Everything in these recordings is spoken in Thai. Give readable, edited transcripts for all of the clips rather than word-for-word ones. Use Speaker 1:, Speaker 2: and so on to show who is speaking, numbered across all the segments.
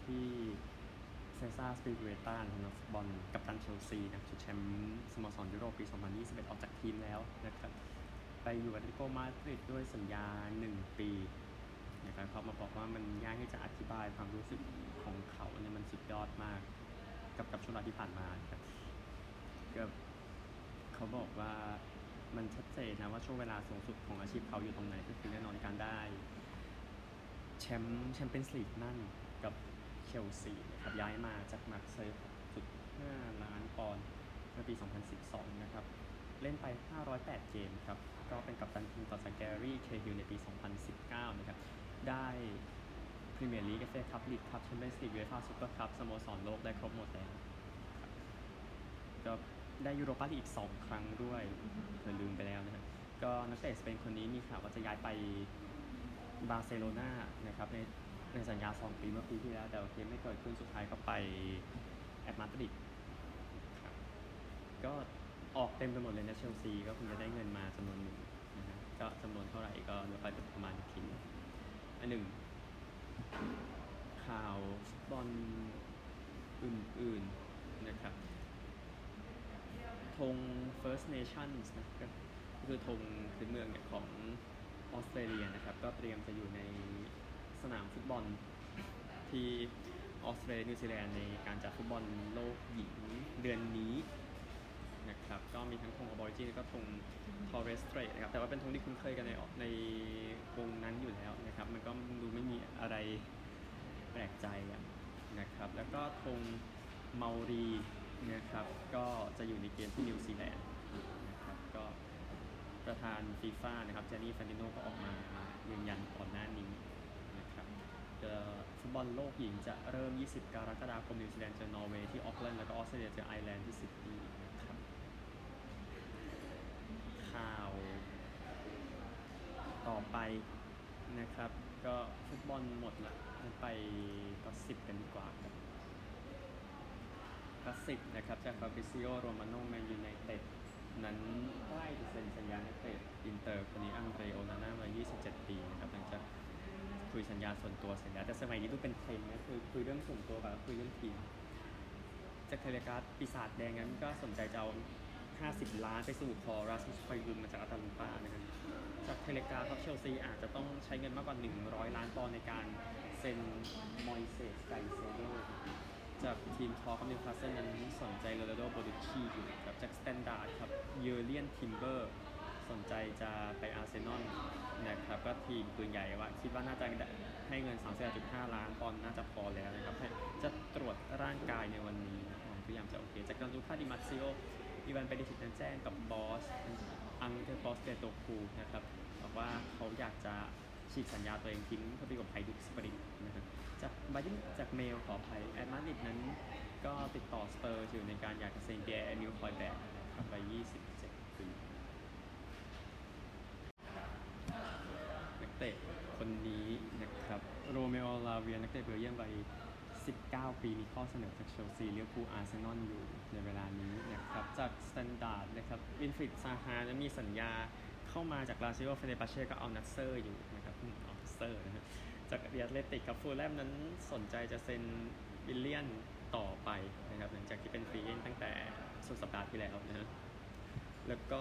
Speaker 1: ที่เซซ่าสปิริเวต้านักฟุตบอลกัปตันเชลซีนะชุดแชมป์สโมสรยุโรปปี 2021 ออกจากทีมแล้วนะครับไปอยู่กับแอตเลติโกมาดริดด้วยสัญญา 1 ปีนะครับเขามาบอกว่ามันยากที่จะอธิบายความรู้สึกของเขาเนี่ยมันสุดยอดมากกับช่วงเวลาที่ผ่านมาครับเขาบอกว่ามันชัดเจนนะว่าช่วงเวลาสูงสุดของอาชีพเขาอยู่ตรงไหนก็คือแน่นอนการได้แชมเปี้ยนส์ลีกนั่นกับเชลซีนะครับย้ายมาจากมาร์เซย์ 6.5 ล้านปอนด์เมื่อปี 2012 นะครับเล่นไป 508 เกมครับก็เป็นกัปตันทีมต่อจากแกรี่เคฮิลในปี 2019 นะครับได้พรีเมียร์ลีก FA คัพลีกคัพแชมเปี้ยนส์ลีก UEFA ซุปเปอร์คัพสโมสรโลกได้ครบหมดแล้วก็ได้ยูโรปาลีกอีก2 ครั้งด้วยเธอลืมไปแล้วนะครับก็นักเตะสเปนคนนี้มีข่าวว่าจะย้ายไปบาร์เซโลนานะครับในสัญญา 2 ปีเมื่อปีที่แล้วแต่โอเคไม่เกิดขึ้นสุดท้ายก็ไปแอตมาดริดครับก็ออกเต็มไปหมดเลยนะเชลซีก็คงจะได้เงินมาจำนวนหนึ่งนะฮะก็จำนวนเท่าไหร่ก็เดี๋ยวไปประมาณทีอันหนึ่งข่าวฟุตบอลอื่นๆนะครับธง First Nations นะก็คือธงพื้นเมืองของออสเตรเลียนะครับก็เตรียมจะอยู่ในสนามฟุตบอลที่ออสเตรเลียนิวซีแลนด์ในการจัดฟุตบอลโลกหญิงเดือนนี้นะครับก็มีทั้งธงออบอริจินและก็ธงทอร์เรสเตรทนะครับแต่ว่าเป็นธงที่คุ้นเคยกันในวงนั้นอยู่แล้วนะครับมันก็ดูไม่มีอะไรแปลกใจนะครับแล้วก็ธงเมารีนะครับก็จะอยู่ในเกมที่นิวซีแลนด์นะครับก็ประธานฟีฟ่านะครับเจนนี่ แฟนติโนก็ออกมายืนยันก่อนหน้านี้นะครับฟุตบอลโลกหญิงจะเริ่ม 20 กรกฎาคมนิวซีแลนด์เจอนอร์เวย์ที่ออคแลนด์แล้วก็ออสเตรเลียเจอไอร์แลนด์ที่ซิดนีย์นะครับข่าวต่อไปนะครับก็ฟุตบอลหมดละไปก็10กันดีกว่าครับก็10นะครับจากฟาบริซิโอ โรมาโน แมนยูไนเต็ดนั้นใกล้จะเซ็นสัญญานักเตะอินเตอร์คนนี้อังเดรโอนาน่ามา27 ปีนะครับหลังจากคุยสัญญาส่วนตัวเสร็จแล้วแต่สมัยนี้ดูเป็นเทรนด์นะคือคุยเรื่องส่วนตัวกับคุยเรื่องทีมจากเทเลกราฟปีศาจแดงนั้นก็สนใจจะเอา50 ล้านไปสู่คอราสมุส ฮอยลุนมาจากอาตาลันตานะครับจากเทเลกราฟครับเชลซีอาจจะต้องใช้เงินมากกว่า100 ล้านปอนด์ในการเซ็นมอยเซสไกเซโดจากทีมทอร์คนิวคาสเซิลนั้นสนใจโรนัลโด โบนุชชี่อยู่ครับจากสแตนดาร์ดครับเยอร์เลียน ทิมเบอร์สนใจจะไปอาร์เซนอลนะครับก็ทีมปืนใหญ่ว่าคิดว่าน่าจะให้เงิน 31.5 ล้านปอนด์น่าจะพอแล้วนะครับจะตรวจร่างกายในวันนี้ทุกอย่างจะโอเคจากการดูค่าดิมาซิโออีวานเปริสิตนั้นแจ้งกับบอสอังเทอร์บอสเตโตคูนะครับบอกว่าเขาอยากจะฉีกสัญญาตัวเองทิ้งเพื่อไปกับไพดุกสปริตนะครับจากเมลขออภัยแอตมาดริดนั้นก็ติดต่อสเปอร์อยู่ในการอยากจะเซ็นเปียร์แอมิล คอยแบกนะครับไป27 ปีนักเตะคนนี้นะครับโรเมโอ ลาเวียนักเตะเบลเยียมวัย19 ปีมีข้อเสนอจากเชลซีลิเวอร์พูลอาร์เซนอลอยู่ในเวลานี้นะครับจากสแตนดาร์ดนะครับวินฟริด ซาฮาจะมีสัญญาเข้ามาจากลาซิโอ เฟเนบาเช่ก็เอานัทเซอร์อยู่นะครับเอานัทเซอร์นะครับจากเรียลเลติกกับฟูลแลมนั้นสนใจจะเซ็นวิลเลียนต่อไปนะครับหลังจากที่เป็นฟรีเอเจนต์ตั้งแต่สุดสัปดาห์ที่แล้วนะแล้วก็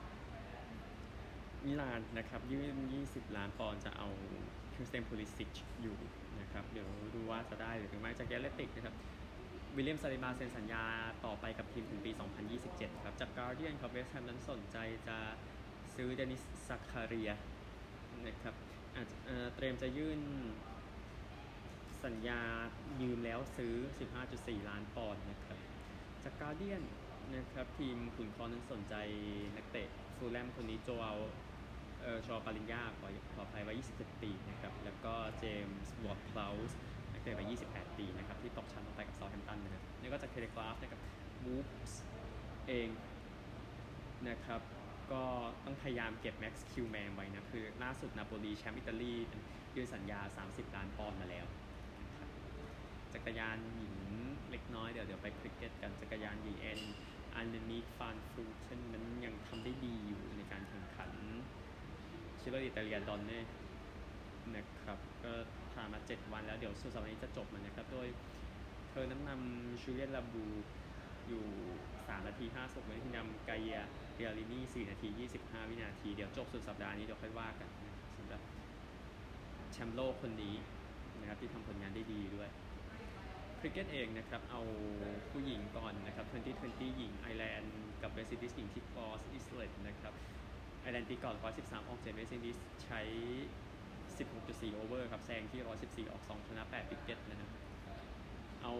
Speaker 1: มิลานนะครับยื่น20 ล้านปอนด์จะเอาคริสเตียน พูลิซิชอยู่นะครับเดี๋ยวดูว่าจะได้หรือไม่จากเรียลเลติกนะครับวิลเลียม ซาลิบาเซ็นสัญญาต่อไปกับทีมถึงปี 2027 ครับจากการ์เดียนครับเวสต์แฮมนั้นสนใจจะซื้อเดนิส ซักคาเรียนะครับเตรียมจะยื่นสัญญายืมแล้วซื้อ 15.4 ล้านปอนด์นะครับจากการ์เดียนนะครับทีมขุนคอนั้นสนใจนักเตะฟูลแลมคนนี้โจอัลชอปาลินญาขออภัยไว้27 ปีนะครับแล้วก็เจมส์ วอร์ด พลาวส์นักเตะวัย28 ปีนะครับที่ตกชั้นลงไปกับเซาท์แฮมป์ตันนะครับนี่ก็จากเทเลกราฟนะครับวูฟส์เองนะครับก็ต้องพยายามเก็บแม็กซ์คิวแมนไว้นะคือล่าสุดนาโปลีแชมป์อิตาลียื่นสัญญา30 ล้านปอนด์มาแล้วจักรยานหญิงเล็กน้อยเดี๋ยวไปคริกเก็ตกันจักรยานหญิงอันเดนิก ฟานฟรูเทนนั้นยังทำได้ดีอยู่ในการแข่งขันชิโรอิตาเลียนดอนเน่นะครับก็ทผ่านมา7วันแล้วเดี๋ยวสุดสัปดาห์นี้จะจบมันนะครับโดยเธอนั้นนำชูเลียนลาบูอยู่3นาที56วินาทีนำไกเยเรียลินี่4นาที25วินาทีเดี๋ยวจบสุดสัปดาห์นี้เดี๋ยวค่อยว่ากันนะครับสำหรับแชมป์โลกคนนี้นะครับที่ทำผลงานได้ดีด้วยคริกเก็ตเองนะครับเอาผู้หญิงก่อนนะครับ2020หญิงไอร์แลนด์กับเวสต์อินดิสหญิงที่กอสอิสเลตนะครับไอร์แลนด์ตีก่อน113ออก7เวสต์อินดิสใช้ 16.4 โอเวอร์ครับแซงที่114ออก2ชนะ8วิกเก็ตนะครับเอา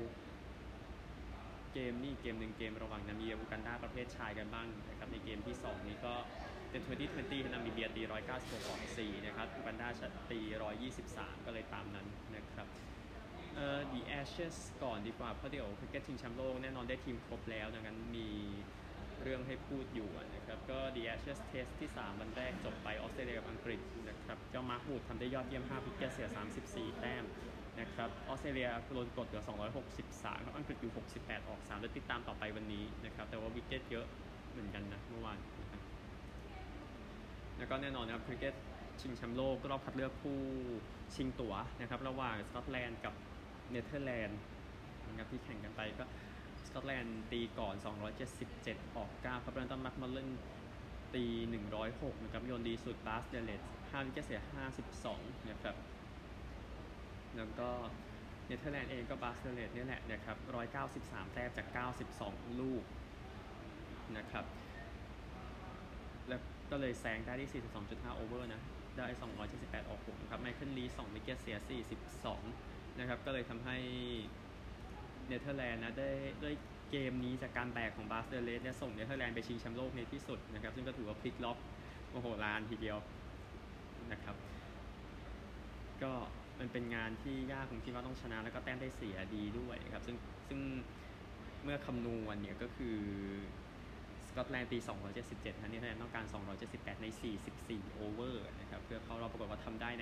Speaker 1: เกมนี่เกมหนึ่งเกมระหว่างนามิเบียอูกันดาประเภทชายกันบ้างนะครับในเกมที่2นี้ก็เป็น2020นามิเบียตี196ออก4นะครับอูกันดาตี123ก็เลยตามนั้นนะครับThe Ashes ก่อนดีกว่าเพราะเดี๋ยวคริกเก็ตชิงแชมป์โลกแน่นอนได้ทีมครบแล้วดังนั้นมีเรื่องให้พูดอยู่นะครับก็ The Ashes Test ที่3วันแรกจบไปออสเตรเลียกับอังกฤษนะครับก็มาร์ควูดทำได้ยอดเยี่ยม5วิกเก็ตเสีย34แต้มนะครับออสเตรเลียโดนกดเหลือ263ครับอังกฤษอยู่68ออก3แล้วติดตามต่อไปวันนี้นะครับแต่ว่าวิกเก็ตเยอะเหมือนกันนะเมื่อวานนะครับแล้วก็แน่นอนนะครับคริกเก็ตชิงแชมป์โลกรอบคัดเลือกผู้ชิงตั๋วนะครับระหว่างสกอตแลนด์กับเนเธอร์แลนด์นะครับที่แข่งกันไปก็สกอตแลนด์ตีก่อน277ออก9ครับแบรนตัน แม็คมัลเลนตี106นะครับโยนดีสุดบาสเดเลต5วิกเก็ตเสีย52นะครับแล้วก็เนเธอร์แลนด์เองก็บาสเดเลตนี่แหละนะครับ193แต้มจาก92ลูกนะครับแล้วก็เลยแซงได้ที่ 42.5 โอเวอร์นะได้278ออก6นะครับไมเคิลลี2วิกเก็ตเสีย42นะครับก็เลยทำให้เนเธอร์แลนด์นะได้ด้วยเกมนี้จากการแบกของบาสเดเลสเนี่ยส่งเนเธอร์แลนด์ไปชิงแชมป์โลกในที่สุดนะครับซึ่งก็ถือว่าพลิกล็อกโอ้โหลานทีเดียวนะครับก็มันเป็นงานที่ยากผมคิดว่าต้องชนะแล้วก็แต้มได้เสียดีด้วยครับซึ่งเมื่อคำนวณเนี่ยก็คือสกอตแลนด์ตี277นะเนเธอร์แลนด์ต้องการ278ใน44โอเวอร์นะครับเพื่อเข้ารอบปรากฏว่าทำได้ใน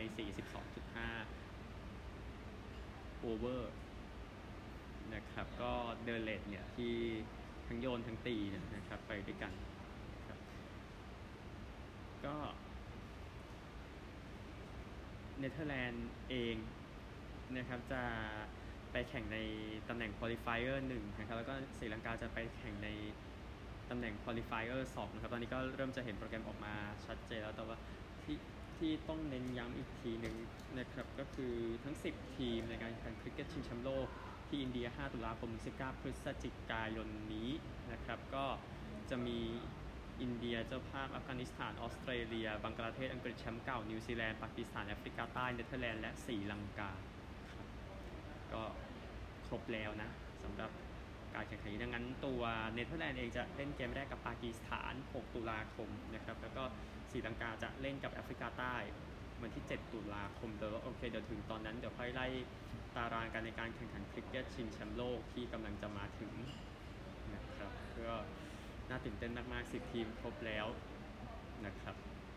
Speaker 1: 42.5 โอเวอร์นะครับก็เดินเลทเนี่ยที่ทั้งโยนทั้งตีนะครับไปด้วยกันครับก็เนเธอร์แลนด์เองนะครับจะไปแข่งในตำแหน่ง qualifier 1นะครับแล้วก็ศรีลังกาจะไปแข่งในตำแหน่ง qualifier 2นะครับตอนนี้ก็เริ่มจะเห็นโปรแกรมออกมาชัดเจนแล้วแต่ว่าที่ต้องเน้นย้ำอีกทีหนึ่งนะครับก็คือทั้ง10ทีมในการแข่งคริกเก็ตชิงแชมป์โลกที่อินเดีย5ตุลาคม19พฤศจิกายนนี้นะครับก็จะมีอินเดียเจ้าภาพอัฟกานิสถานออสเตรเลียบังกลาเทศอังกฤษแชมป์เก่านิวซีแลนด์ปากีสถานแอฟริกาใต้เนเธอร์แลนด์และศรีลังกาครับก็ครบแล้วนะสำหรับการแข่งขันนี้ดังนั้นตัวเนเธอร์แลนด์เองจะเล่นเกมแรกกับปากีสถาน6ตุลาคมนะครับแล้วก็ศรีลังกาจะเล่นกับแอฟริกาใต้วันที่7ตุลาคมแต่ว่าโอเคเดี๋ยวถึงตอนนั้นเดี๋ยวค่อยไล่ตารางกันในการแข่งขันคริกเก็ตชิงแชมป์โลกที่กำลังจะมาถึงนะครับก็น่าตื่นเต้นมากๆ10ทีมครบแล้วนะครับ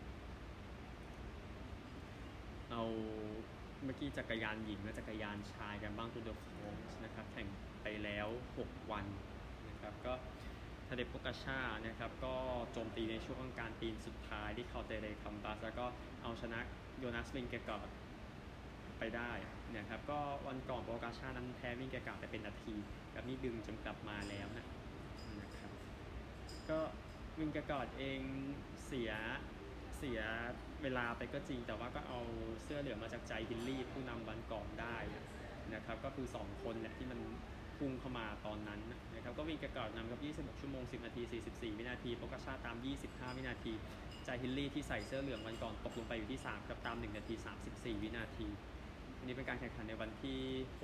Speaker 1: เอาเมื่อกี้จักรยานหญิงและจักรยานชายกันบ้างตัวเดอะฟรองซ์นะครับแข่งไปแล้ว6วันนะครับก็ทาเดโปกาชานะครับก็โจมตีในช่วงการปีนสุดท้ายที่เคาเตเรคัมบัสแล้วก็เอาชนะโยนัสวินเกกอร์ไปได้นะครับก็วันก่อนโปกาชานั้นแพ้วินเกกอร์ไปเป็นนาทีแบบนี้ดึงจนกลับมาแล้วนะครับก็วินเกกอร์เองเสียเวลาไปก็จริงแต่ว่าก็เอาเสื้อเหลืองมาจากใจฮิลลี่ผู้นำวันก่อนได้นะครับก็คือ2คนเนี่ยที่มันพุ่งเข้ามาตอนนั้นนะครับก็วิ่งกระกอดนำกับ26ชั่วโมง10นาที44วินาทีโปกาชาตาม25วินาทีใจฮิลลี่ที่ใส่เสื้อเหลืองวันก่อนตกลงไปอยู่ที่3กับตาม1นาที34วินาทีอันนี้เป็นการแข่งขันในวันที่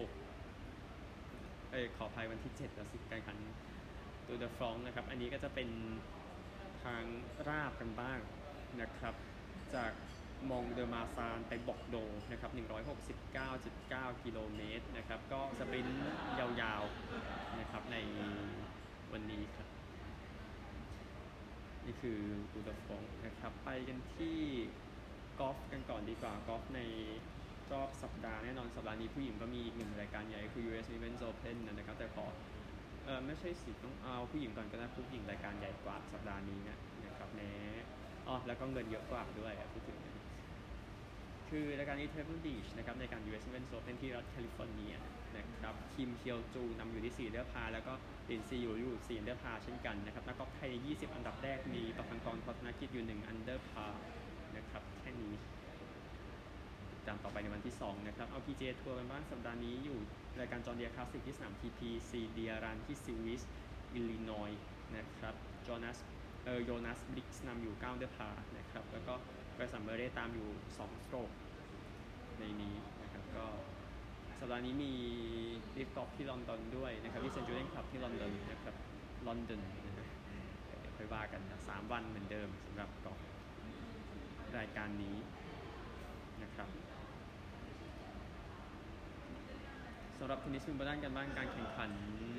Speaker 1: 6ขออภัยวันที่7แล้วสิการแข่งขันตัวเดอะฟรองซ์นะครับอันนี้ก็จะเป็นทางราบกันบ้างนะครับจากมองเดอมาซานไปบอกโดนะครับ169.9 กิโลเมตรนะครับก็สปรินต์ยาวๆนะครับในวันนี้ครับนี่คือตูเดอฟงนะครับไปกันที่กอล์ฟกันก่อนดีกว่ากอล์ฟในรอบสัปดาห์แน่นอนสัปดาห์นี้ผู้หญิงก็มีอีก1รายการใหญ่คือ US Women's Open นะครับแต่ขอไม่ใช่สิต้องเอาผู้หญิงก่อนก็ได้ผู้หญิงรายการใหญ่กว่าสัปดาห์นี้นะครับแล้วก็เงินเยอะกว่าด้วยพูดถึงคคือรายการนี้เทเบิลบีชนะครับในการ US Open ที่รัฐแคลิฟอร์เนียนะครับคิมเคียวจูนำอยู่ที่4อันเดอร์พาแล้วก็ลินซีอยู่4อันเดอร์พาเช่นกันนะครับนักกอล์ฟไทยใน20อันดับแรกมีประพังกร พัฒนกิจอยู่1อันเดอร์พานะครับแค่นี้ตามต่อไปในวันที่2นะครับเอา PGA ทัวร์กันบ้างสัปดาห์นี้อยู่รายการจอห์นเดียร์คลาสสิกที่สนาม TPC เดียรันที่ซิวิสอิลลินอยส์นะครับโยนัสบริกส์นำอยู่9อันเดอร์พานะครับแล้วก็ไบรสันเบอร์เรย์ตามอยู่2สโตรกในนี้นะครับก็สัปดาห์นี้มีลิฟต์กอล์ฟที่ลอนดอนด้วยนะครับที่เซนต์จูเลียนคลับที่ลอนดอนนะครับลอนดอนนะเดี๋ยวค่อยว่ากันนะ3วันเหมือนเดิมสำหรับกอล์ฟรายการนี้นะครับสำหรับเทนนิสวิมเบิลดันกันบ้างการแข่งขัน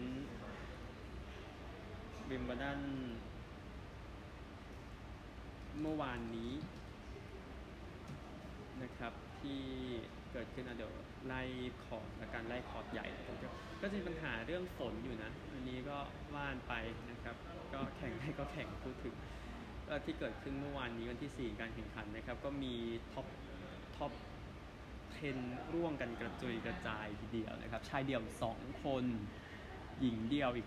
Speaker 1: วิมเบิลดันเมื่อวานนี้นะครับที่เกิดขึ้นเดี๋ยวไล่คอร์ดและการไล่คอร์ดใหญ่ก็จะมีปัญหาเรื่องฝนอยู่นะอันนี้ก็ว่านไปนะครับก็แข่งได้ก็แข่งพูดถึงที่เกิดขึ้นเมื่อวานนี้วันที่4การแข่งขันนะครับก็มีท็อป10ร่วงกันกระจุยกระจายทีเดียวนะครับชายเดี่ยว2คนหญิงเดี่ยวอีก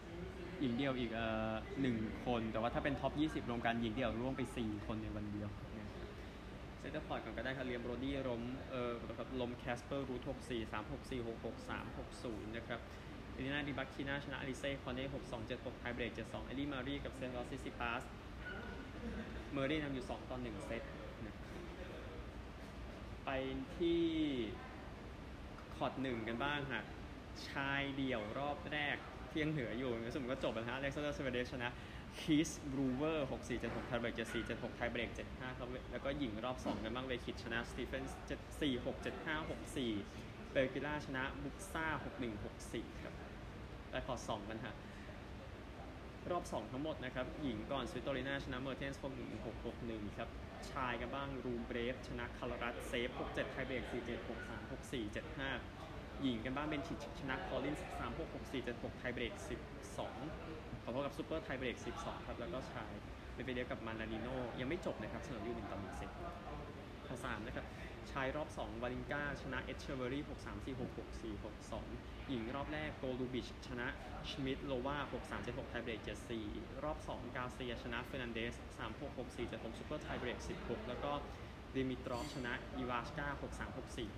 Speaker 1: 1คนแต่ว่าถ้าเป็นท็อป20รวมกันหญิงเดี่ยวร่วงไป4คนในวันเดียวเซนเตอร์พอร์ตก่อนก็ได้ครับเรียมโรดี้ล้มแคสเปอร์รูท64 364 66 360นะครับเอลิน่าดิบัคคีน่าชนะอลิเซ่คอนเน่62 76ไทเบรก72เอลลี่มารีกับเซนต์ลอสซิซิปาสเมอร์รี่นำอยู่2-1เซตนะไปที่คอร์ด1กันบ้างฮะชายเดี่ยวรอบแรกที่ยังเหลืออยู่สมมติก็จบแล้วฮะอเล็กซานเดอร์ เซเวเดฟชนะคีสบรูเวอร์64 76ไทเบรก74 76ไทเบรก75ครับแล้วก็หญิงรอบ2กันบ้างเวคิดชนะสตีเฟนส์46 75 64เบลกิล่าชนะบุกซ่า61 64ครับไปคอร์ด2กันฮะรอบ2ทั้งหมดนะครับหญิงก่อนสวิตโตลิน่าชนะเมอร์เทนส์1661ครับชายกันบ้างรูมเบรฟชนะคาร์ลรัสเซฟ67ไทเบรก47 63 64 75หญิงกันบ้างเบนชิชชนะคอลลินส์36 64 76ไทเบรก12ขอโทษกับซูเปอร์ไทเบรก12ครับแล้วก็ชายเป็นไปเดียวกับมานาริโนยังไม่จบนะครับเสมออยู่1-1เซตข้อ3นะครับชายรอบ2วาลินกาชนะเอชเชอร์เบอรี่63 46 64 62หญิงรอบแรกโกลูบิชชนะชมิดโลวา63 76ไทเบรก74รอบ2กาเซียชนะเฟรนันเดส36 64 76ซูเปอร์ไทเบรก16แล้วก็ดิมิตรอฟชนะอีวาชกา63 64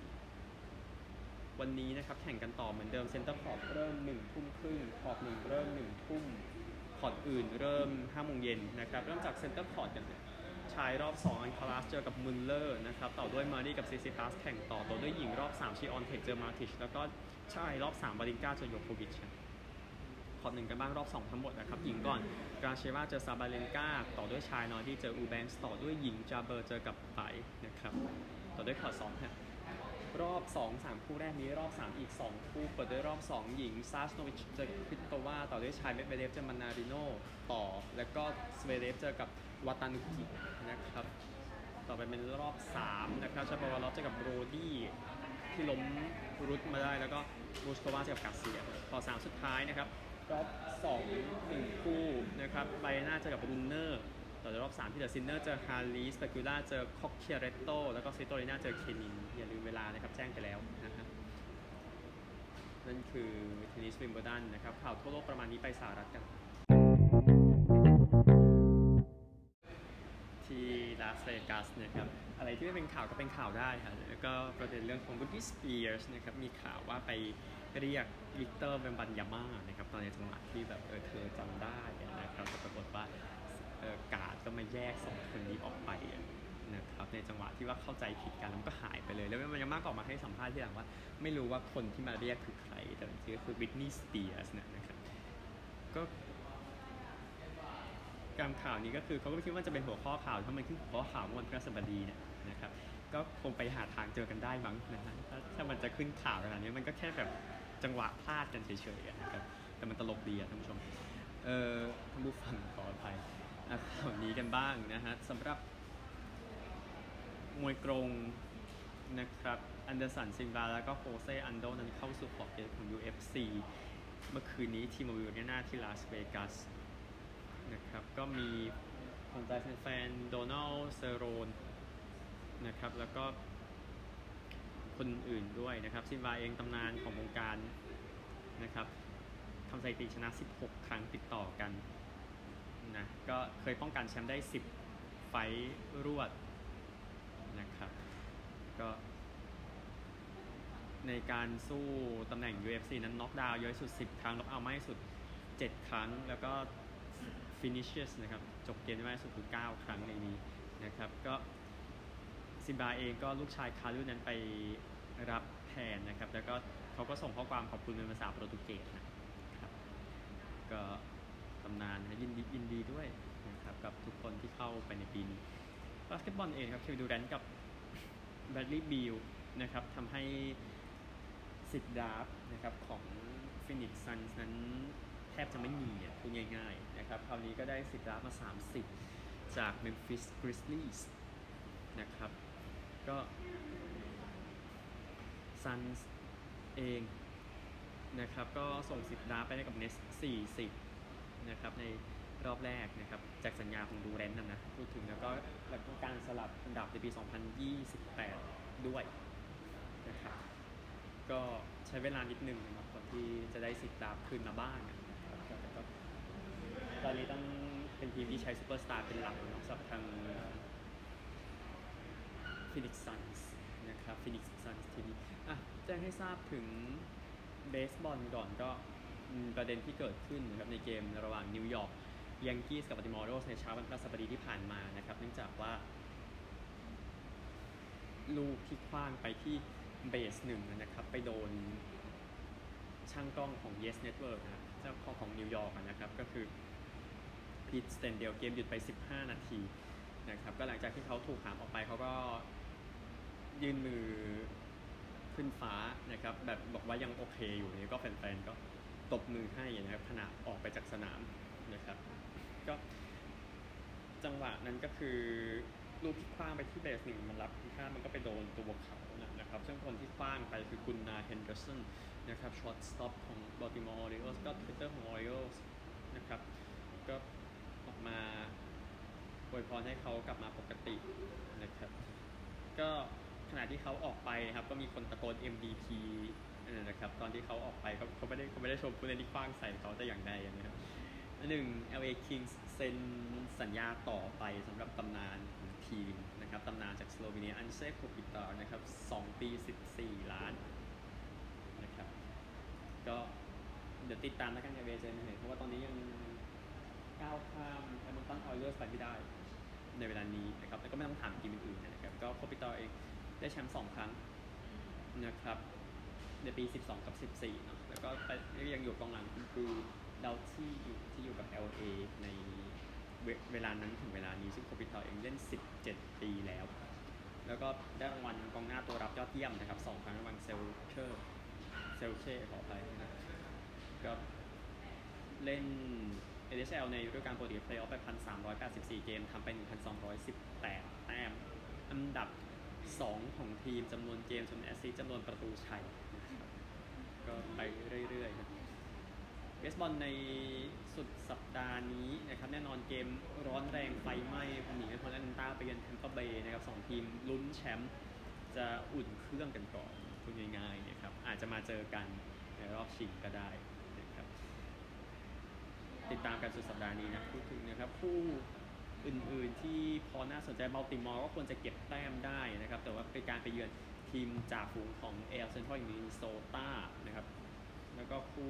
Speaker 1: 64วันนี้นะครับแข่งกันต่อเหมือนเดิมเซ็นเตอร์คอร์ตเริ่ม 19:30 คอร์ต1เริ่ม 1 ทุ่มคอร์ตอื่นเริ่ม 5 โมงเย็นนะครับเริ่มจากเซ็นเตอร์คอร์ตกันชายรอบ2อันคาราสเจอกับมุลเลอร์นะครับต่อด้วยมารีกับซิซิพัสแข่งต่อด้วยหญิงรอบ3ชีออนเทคเจอมาติชแล้วก็ชายรอบ3บาลินกาเจอโยโควิชคอร์ต1กันบ้างรอบ2ทั้งหมดนะครับหญิงก่อนกราเชวาเจอซาบาเลนกาต่อด้วยชายนอร์ดี้เจออูแบงส์ต่อด้วยหญิงจาเบอร์เจอกับไบนะครับต่อด้วยคอร์ต2ครับรอบ 2-3 คู่แรกนี้รอบ3อีก2คู่เปิดด้วยรอบ2หญิงซาสโนวิชเจอคริสโตวาต่อด้วยชายเมดเวเดฟเจอมานาริโนต่อแล้วก็สเวเดฟเจอกับวาตานุกินะครับต่อไปเป็นรอบ3นะครับชาบาวาลอฟเจอกับโรดี้ที่ล้มรุดมาได้แล้วก็บูสโกวาเจอกับกาเซียต่อ3สุดท้ายนะครับรอบ2 1คู่นะครับไบน่าเจอกับรุนเนอร์ต่อจากรอบ3ที่เดอะซินเนอร์เจอฮาร์ลีสเปกูล่าเจอคอกเคียเรตโตแล้วก็ซิโตลิน่าเจอเคนินอย่าลืมเวลานะครับแจ้งไปแล้วนะครับนั่นคือเทนนิสวิมเบิลดันนะครับข่าวทั่วโลกประมาณนี้ไปสหรัฐกันที่ลาสเวกัสนะครับอะไรที่ไม่เป็นข่าวก็เป็นข่าวได้ครับแล้วก็ประเด็นเรื่องของบริตนีย์สเปียร์สนะครับมีข่าวว่าไปเรียกวิกเตอร์เบมบันยาม่านะครับตอนในจังหวะที่แบบเธอจำได้นะครับปรากฏว่ากาดก็มาแยก2คนนี้ออกไปนะครับในจังหวะที่ว่าเข้าใจผิดกันแล้วก็หายไปเลยแล้วมันยังมากออกมาให้สัมภาษณ์ที่หลังว่าไม่รู้ว่าคนที่มาเรียกคือใครแต่จริงๆก็คือบริตนีย์สเปียร์สนะครับก็การข่าวนี้ก็คือเขาก็ไม่คิดว่าจะเป็นหัวข้อข่าวถ้ามันขึ้นหัวข้อข่าววันพฤหัสบดีเนี่ยนะครับก็คงไปหาทางเจอกันได้มั้งนะฮะถ้ามันจะขึ้นข่าวขนาดนี้มันก็แค่แบบจังหวะพลาดกันเฉยๆนะครับแต่มันตลกดีท่านผู้ชมท่านผู้ฟังขออภัยข่าวนี้กันบ้างนะฮะสำหรับมวยกรงนะครับอันเดอร์สันซิลวาแล้วก็โฮเซอันโดนั้นเข้าสู่ขอบเขตของ UFC เมื่อคืนนี้ทีมวิวเนียที่ลาสเวกัสนะครับก็มีคนใจแฟนๆโดนัลด์เซโรนนะครับแล้วก็คนอื่นด้วยนะครับซินวาเองตำนานของวงการนะครับทำสถิติชนะ16ครั้งติดต่อกันนะก็เคยป้องกันแชมป์ได้10ไฟท์รวดนะครับก็ในการสู้ตำแหน่ง UFC นั้นน็อกดาวน์เยอะสุด10ครั้งน็อกเอาท์มากที่สุด7ครั้งแล้วก็ finishes นะครับจบเกมได้มากที่สุดคือ9ครั้งในนี้นะครับก็ซิมบาเองก็ลูกชายคารุนั้นไปรับแทนนะครับแล้วก็เขาก็ส่งข้อความขอบคุณเป็นภาษาโปรตุเกสนะครับก็ตำนานนะยินดีด้วยนะครับกับทุกคนที่เข้าไปในปีนี้บาสเกตบอลเองครับเควินดูแรนต์กับแบรดลีย์บีลนะครับทำให้สิทธิ์ดราฟต์นะครับของฟินิกซ์ซันส์นั้นแทบจะไม่มีพูดง่ายๆนะครับคราวนี้ก็ได้สิทธิ์ดราฟต์มา30จาก Memphis Grizzlies นะครับก็ซันส์เองนะครับก็ส่งสิทธิ์ดราฟต์ไปให้กับเนส40นะครับในรอบแรกนะครับจากสัญญาของดูแรนต์นะพูดถึงแล้วก็การสลับอันดับในปี 2028 ด้วยนะครับก็ใช้เวลานิดนึงนะครับก่อนที่จะได้สิทธิ์ดราฟต์คืนมาบ้างนะครับตอนนี้ต้องเป็นทีมที่ใช้ซูเปอร์สตาร์เป็นหลักสำหรับทางฟินิกซ์ซันส์นะครับฟินิกซ์ซันส์ทีนี้แจ้งให้ทราบถึงเบสบอลก่อนก็ประเด็นที่เกิดขึ้นนะครับในเกมระหว่างนิวยอร์กยังกี้ส์กับบัลติมอร์โรสในเช้าวันพฤหัสบดีที่ผ่านมานะครับเนื่องจากว่าลูกที่คว้างไปที่เบส1นะครับไปโดนช่างกล้องของ Yes Network นะเจ้าของนิวยอร์กนะครับก็คือพีทสเตนเดลเกมหยุดไป15นาทีนะครับก็หลังจากที่เขาถูกหามออกไปเขาก็ยื่นมือขึ้นฟ้านะครับแบบบอกว่ายังโอเคอยู่นี่ก็แฟนๆก็ตบมือให้นะครับขณะออกไปจากสนามนะครับก็จังหวะนั้นก็คือลูกที่คว้างไปที่เบส1มันรับค่ามันก็ไปโดนตัวเขานะครับซึ่งคนที่คว้างไปคือกุนนาเฮนเดอร์สันนะครับช็อตสต็อปของบอลติมอร์ออริโอสก็ทวิตเตอร์ของออริโอสนะครับก็ออกมาอวยพรให้เขากลับมาปกตินะครับก็ขณะที่เขาออกไปครับก็มีคนตะโกน MVP นะครับตอนที่เขาออกไปเขาไม่ได้ชมผู้เล่นที่คว้างใส่เขาแต่อย่างใดนะครับLA Kings เซ็นสัญญาต่อไปสำหรับตำนานของทีมนะครับตำนานจากสโลวีเนียอันเซโคปิตานะครับ2 ปี14 ล้านนะครับก็เดี๋ยวติดตามแล้วกันในเวเจนเพราะว่าตอนนี้ยังก้าวข้ามแอมตันออยเลอร์สไปไม่ได้ในเวลานี้นะครับแล้วก็ไม่ต้องถามทีมอื่นๆนะครับก็โคปิตาเองได้แชมป์2 ครั้งนะครับในปี12กับ14เนาะแล้วก็ยังอยู่กองหลังคือดาวที่อยู่กับ LA ในเวลานั้นถึงเวลานี้ซึ่งโคปิตาเองเล่น17 ปีแล้วก็ได้รางวัลกองหน้าตัวรับยอดเยี่ยมนะครับ2 ครั้งรางวัลเซลเช่ขอไปนะก็เล่น ASL ในฤดูกาลปกติเพลย์ออฟไป 1,384 เกมทำไป 1,218 แต้มอันดับ2ของทีมจำนวนเกมจำนวนแอสซิสต์จำนวนประตูชัยนะครับก็ไปเรื่อยๆครับเบสบอลในสุดสัปดาห์นี้นะครับแน่นอนเกมร้อนแรงไฟไหม้หนีไปพอร์ตแลนด์ไปเยือนแทมเปอร์เบย์นะครับ2 ทีมลุ้นแชมป์จะอุ่นเครื่องกันก่อนพูดง่ายๆนะครับอาจจะมาเจอกันในรอบชิงก็ได้นะครับติดตามกันสุดสัปดาห์นี้นะพูดถึงนะครับคู่อื่นๆที่พอน่าสนใจบัลติมอร์ก็ควรจะเก็บแต้มได้นะครับแต่ว่าเป็นการไปเยือนทีมจ่าฝูงของAL Central มินนิโซตานะครับแล้วก็คู่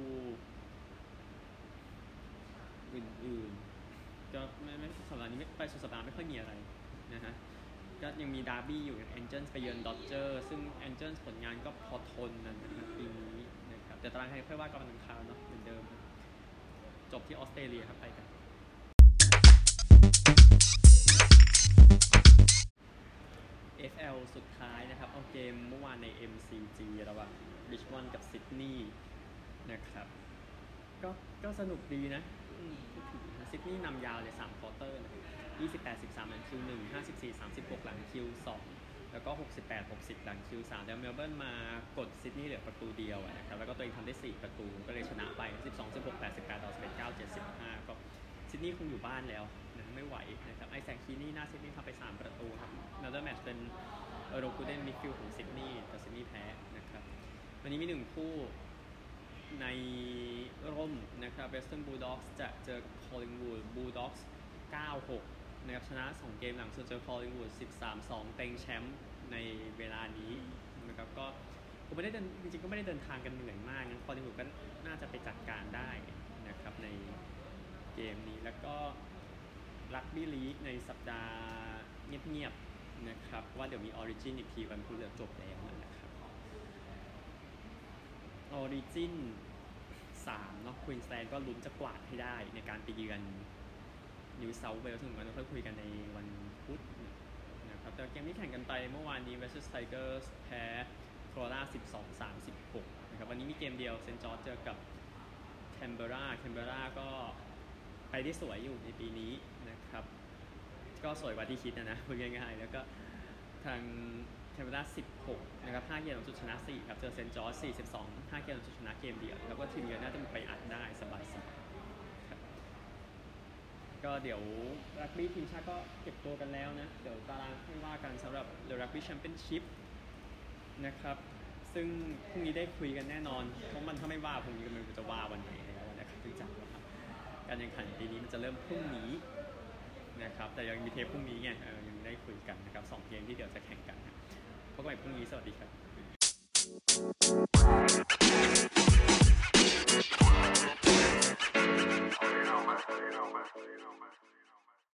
Speaker 1: อื่นๆก็ไม่สัปดาห์นี้ไปสุดสัปดาห์ไม่ค่อยมีอะไรนะฮะก็ยังมีดาร์บี้อยู่อย่าง Angels ไปเยือนดอดเจอร์ซึ่ง Angels ผลงานก็พอทนนะครับปีนี้นะครับแต่ตารางไทยค่อยว่ากันวันอังคารเนาะเหมือนเดิมจบที่ออสเตรเลียครับไปกันFL สุดท้ายนะครับเอาเกมเมื่อวานใน MCG ระหว่างริชมอนด์กับซิดนีย์นะครับก็สนุกดีนะซิดนีย์นำยาวเลย3 ควอเตอร์นะ28-13 หลังคิว 1 54-36 หลังคิว 2 แล้วก็ 68-60 หลังคิว 3 แล้วเมลเบิร์นมากดซิดนีย์เหลือประตูเดียวนะครับแล้วก็ตัวเองทำได้4 ประตูก็เลยชนะไป 12-16 88-11 9 75ก็ซิดนีย์คงอยู่บ้านแล้วนะไม่ไหวนะครับไอแซคคีนี่หน้าซิดนีย์ทำไป3ประตูครับนัดเดิลแมตช์เป็นโรกูเดนมิดฟิลด์ของซิดนีย์แต่ซิดนีย์แพ้นะครับวันนี้มี1คู่ในร่มนะครับเวสเทิร์นบูลด็อกส์จะเจอกับคอลลิงวูดบูลด็อกส์9-6นะครับชนะ2เกมหลังสุดเจอคอลลิงวูด13-2เต็งแชมป์ในเวลานี้นะครับก็ผมไม่ได้เดินจริงๆก็ไม่ได้เดินทางกันเหนื่อยมากงั้นคอลลิงวูดก็น่าจะไปจัดการได้นะครับในเกมนี้แล้วก็รักบี้ลีกในสัปดาห์เงียบๆนะครับว่าเดี๋ยวมีออริจินอีกทีวันพฤหัสจบแล้วนะครับออริจิน3เนาะควีนสแลนด์ก็ลุ้นจะกวาดให้ได้ในการไปเยือนนิวเซาท์เวลส์ถึงวันเราค่อยคุยกันในวันพุธนะครับแต่เกมที่แข่งกันไปเมื่อวานนี้เวสต์ไทเกอร์สแพ้ฟลอริดา12-36นะครับวันนี้มีเกมเดียวเซนต์จอร์จเจอกับแคนเบอราก็ไปได้สวยอยู่ในปีนี้นะครับก็สวยกว่าที่คิดนะพูดง่ายๆแล้วก็ทางแคนเบอรา16นะครับ5เกมหลังสุดชนะ4ครับเจอเซนต์จอร์จ42 5เกมหลังสุดชนะเกมเดียวแล้วก็ทีมเยือนน่าจะไปอัดได้สบายๆครับก็เดี๋ยวรักบี้ทีมชาติก็เก็บตัวกันแล้วนะเดี๋ยวตารางให้ว่ากันสำหรับ The Rugby Championship นะครับซึ่งพรุ่งนี้ได้คุยกันแน่นอนเพราะมันถ้าไม่ว่าพรุ่งนี้มันจะว่าวันไหนแล้วนะครับถึงจัดว่าการแข่งขันปีนี้มันจะเริ่มพรุ่งนี้นะครับแต่ยังมีเทปพรุ่งนี้ไงยังได้คุยกันนะครับ2เกมที่เดี๋ยวจะแข่งกันพบกันใหม่พรุ่งนี้สวัสดีครับ